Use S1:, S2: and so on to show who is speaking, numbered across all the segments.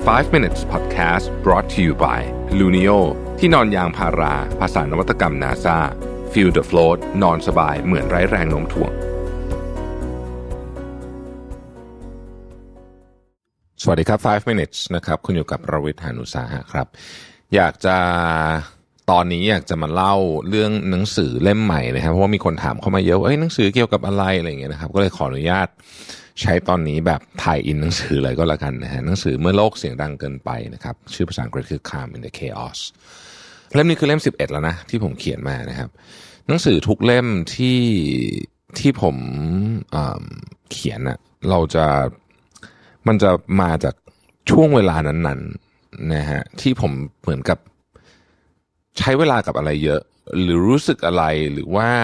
S1: 5 minutes podcast brought to you by Luno ที่นอนยางพาราภาษานวัตกรรม NASA Feel the float นอนสบายเหมือนไร้แรงโน้มถ่วงสวัสดีครับ5 minutes นะครับคุณอยู่กับประวิทย์ หาญอุตสาหะครับตอนนี้อยากจะมาเล่าเรื่องหนังสือเล่มใหม่นะครับเพราะว่ามีคนถามเข้ามาเยอะว่าหนังสือเกี่ยวกับอะไรอย่างเงี้ยนะครับก็เลยขออนุญาตใช้ตอนนี้แบบถ่ายอินหนังสือเลยก็แล้วกันนะฮะหนังสือเมื่อโลกเสียงดังเกินไปนะครับชื่อภาษาอังกฤษคือ Calm in the Chaos เล่มนี้คือเล่ม11แล้วนะที่ผมเขียนมานะครับหนังสือทุกเล่มที่ผมเขียนน่ะมันจะมาจากช่วงเวลานั้นๆนะฮะที่ผมเหมือนกับใช้เวลากับอะไรเยอะหรือรู้สึกอะไรหรือว่า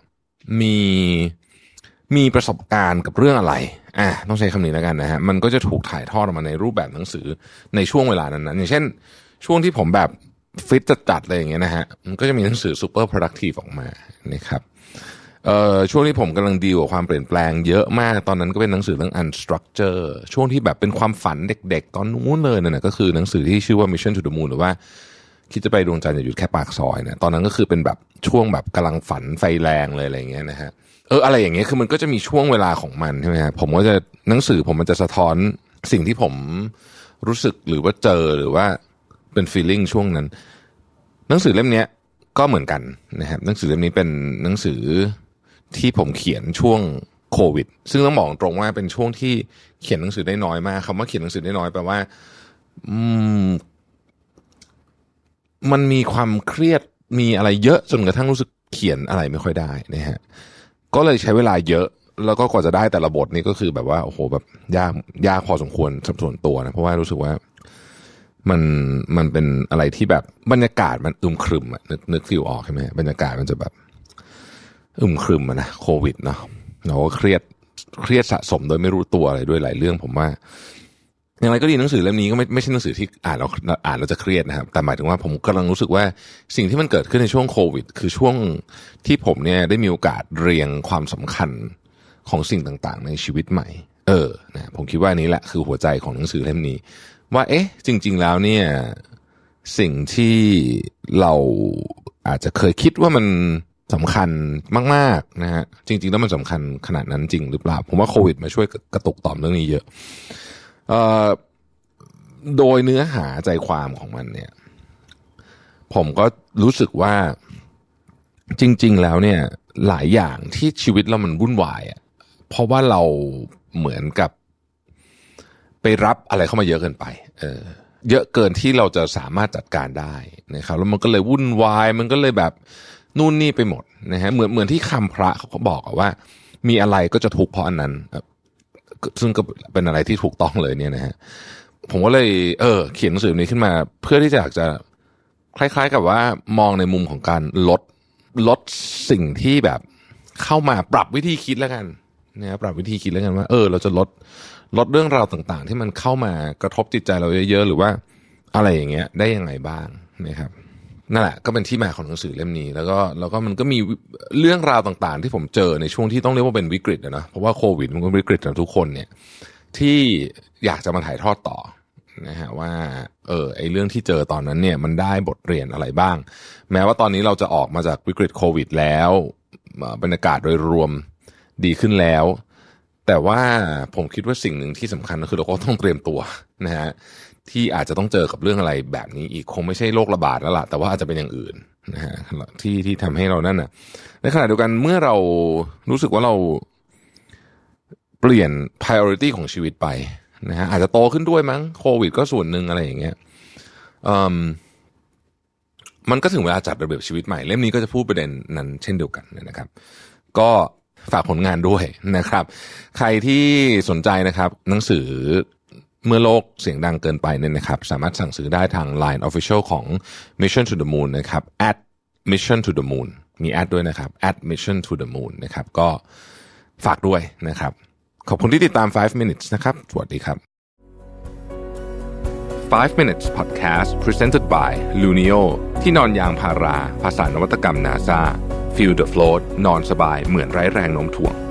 S1: มีประสบการณ์กับเรื่องอะไรต้องใช้คำนี้แล้วกันนะฮะมันก็จะถูกถ่ายทอดออกมาในรูปแบบหนังสือในช่วงเวลานั้นๆอย่างเช่นช่วงที่ผมแบบฟิตจัดๆเลยอย่างเงี้ยนะฮะมันก็จะมีหนังสือ super productive ออกมานะครับช่วงที่ผมกำลังดีลกับความเปลี่ยนแปลงเยอะมากตอนนั้นก็เป็นหนังสือเรื่อง Unstructure ช่วงที่แบบเป็นความฝันเด็กๆตอนนู้นเลยเนี่ยก็คือหนังสือที่ชื่อว่า Mission to the Moon หรือว่าคิดจะไปดวงจันทร์อย่าหยุดแค่ปากซอยเนี่ยตอนนั้นก็คือเป็นแบบช่วงแบบกำลังฝันไฟแรงเลยอะไรอย่างเงี้ยนะฮะอะไรอย่างเงี้ยคือมันก็จะมีช่วงเวลาของมันใช่ไหมฮะผมก็จะหนังสือผมมันจะสะท้อนสิ่งที่ผมรู้สึกหรือว่าเจอหรือว่าเป็น feeling ช่วงนั้นหนังสือเล่มนี้ก็เหมือนกันนะครับหนังสือเล่มนี้เป็นหนังสือที่ผมเขียนช่วงโควิดซึ่งต้องบอกตรงว่าเป็นช่วงที่เขียนหนังสือได้น้อยมากคำว่าเขียนหนังสือได้น้อยแปลว่ามันมีความเครียดมีอะไรเยอะจนกระทั่งรู้สึกเขียนอะไรไม่ค่อยได้นะฮะก็เลยใช้เวลาเยอะแล้วก็กว่าจะได้แต่ละบทนี่ก็คือแบบว่าโอ้โหแบบยากพอสมควรส่วนตัวนะเพราะว่ารู้สึกว่ามันเป็นอะไรที่แบบบรรยากาศมันอึมครึมอะนึกฟีลออกใช่ไหมบรรยากาศมันจะแบบอึมครึมอะนะโควิดเนาะเราก็เครียดสะสมโดยไม่รู้ตัวอะไรด้วยหลายเรื่องผมว่าอย่างไรก็ดีหนังสือเล่มนี้ก็ไม่ใช่หนังสือที่อ่านแล้วจะเครียดนะครับแต่หมายถึงว่าผมกำลังรู้สึกว่าสิ่งที่มันเกิดขึ้นในช่วงโควิดคือช่วงที่ผมเนี่ยได้มีโอกาสเรียงความสำคัญของสิ่งต่างๆในชีวิตใหม่นะผมคิดว่านี้แหละคือหัวใจของหนังสือเล่มนี้ว่าจริงๆแล้วเนี่ยสิ่งที่เราอาจจะเคยคิดว่ามันสำคัญมากๆนะฮะจริงๆแล้วมันสำคัญขนาดนั้นจริงหรือเปล่าผมว่าโควิดมาช่วยกระตุกต่อมเรื่องนี้เยอะโดยเนื้อหาใจความของมันเนี่ยผมก็รู้สึกว่าจริงๆแล้วเนี่ยหลายอย่างที่ชีวิตเรามันวุ่นวายอ่ะเพราะว่าเราเหมือนกับไปรับอะไรเข้ามาเยอะเกินไปเยอะเกินที่เราจะสามารถจัดการได้นะครับแล้วมันก็เลยวุ่นวายมันก็เลยแบบนู่นนี่ไปหมดนะฮะเหมือนที่คำพระเขาบอกว่ามีอะไรก็จะทุกข์เพราะอันนั้นซึ่งก็เป็นอะไรที่ถูกต้องเลยเนี่ยนะฮะผมก็เลยเขียนหนังสือนี้ขึ้นมาเพื่อที่จะอยากจะคล้ายๆกับว่ามองในมุมของการลดสิ่งที่แบบเข้ามาปรับวิธีคิดแล้วกันนะปรับวิธีคิดแล้วกันว่าเราจะลดเรื่องราวต่างๆที่มันเข้ามากระทบจิตใจเราเยอะๆหรือว่าอะไรอย่างเงี้ยได้ยังไงบ้างนะครับนั่นแหละก็เป็นที่มาของหนังสือเล่มนี้แล้วก็มันก็มีเรื่องราวต่างๆที่ผมเจอในช่วงที่ต้องเรียกว่าเป็นวิกฤตนะเพราะว่าโควิดมันก็วิกฤตกับทุกคนเนี่ยที่อยากจะมาถ่ายทอดต่อนะฮะว่าไอ้เรื่องที่เจอตอนนั้นเนี่ยมันได้บทเรียนอะไรบ้างแม้ว่าตอนนี้เราจะออกมาจากวิกฤตโควิดแล้วบรรยากาศโดยรวมดีขึ้นแล้วแต่ว่าผมคิดว่าสิ่งหนึ่งที่สำคัญก็คือเราก็ต้องเตรียมตัวนะฮะที่อาจจะต้องเจอกับเรื่องอะไรแบบนี้อีกคงไม่ใช่โรคระบาดแล้วล่ะแต่ว่าอาจจะเป็นอย่างอื่นนะฮะที่ทำให้เรานั่นน่ะในขณะเดียวกันเมื่อเรารู้สึกว่าเราเปลี่ยน priority ของชีวิตไปนะฮะอาจจะโตขึ้นด้วยมั้งโควิดก็ส่วนหนึ่งอะไรอย่างเงี้ยมันก็ถึงเวลาจัดระเบียบชีวิตใหม่เล่มนี้ก็จะพูดประเด็นนั้นเช่นเดียวกันนะครับก็ฝากผลงานด้วยนะครับใครที่สนใจนะครับหนังสือเมื่อโลกเสียงดังเกินไปเนี่ยนะครับสามารถสั่งซื้อได้ทาง Line Official ของ Mission to the Moon นะครับ @Mission to the Moon มีแอดด้วยนะครับ @Mission to the Moon นะครับก็ฝากด้วยนะครับขอบคุณที่ติดตาม5 minutes นะครับสวัสดีครับ5 minutes podcast presented by Luno ที่นอนยางพาราภาษานวัตกรรม NASA Feel the float นอนสบายเหมือนไร้แรงโน้มถ่วง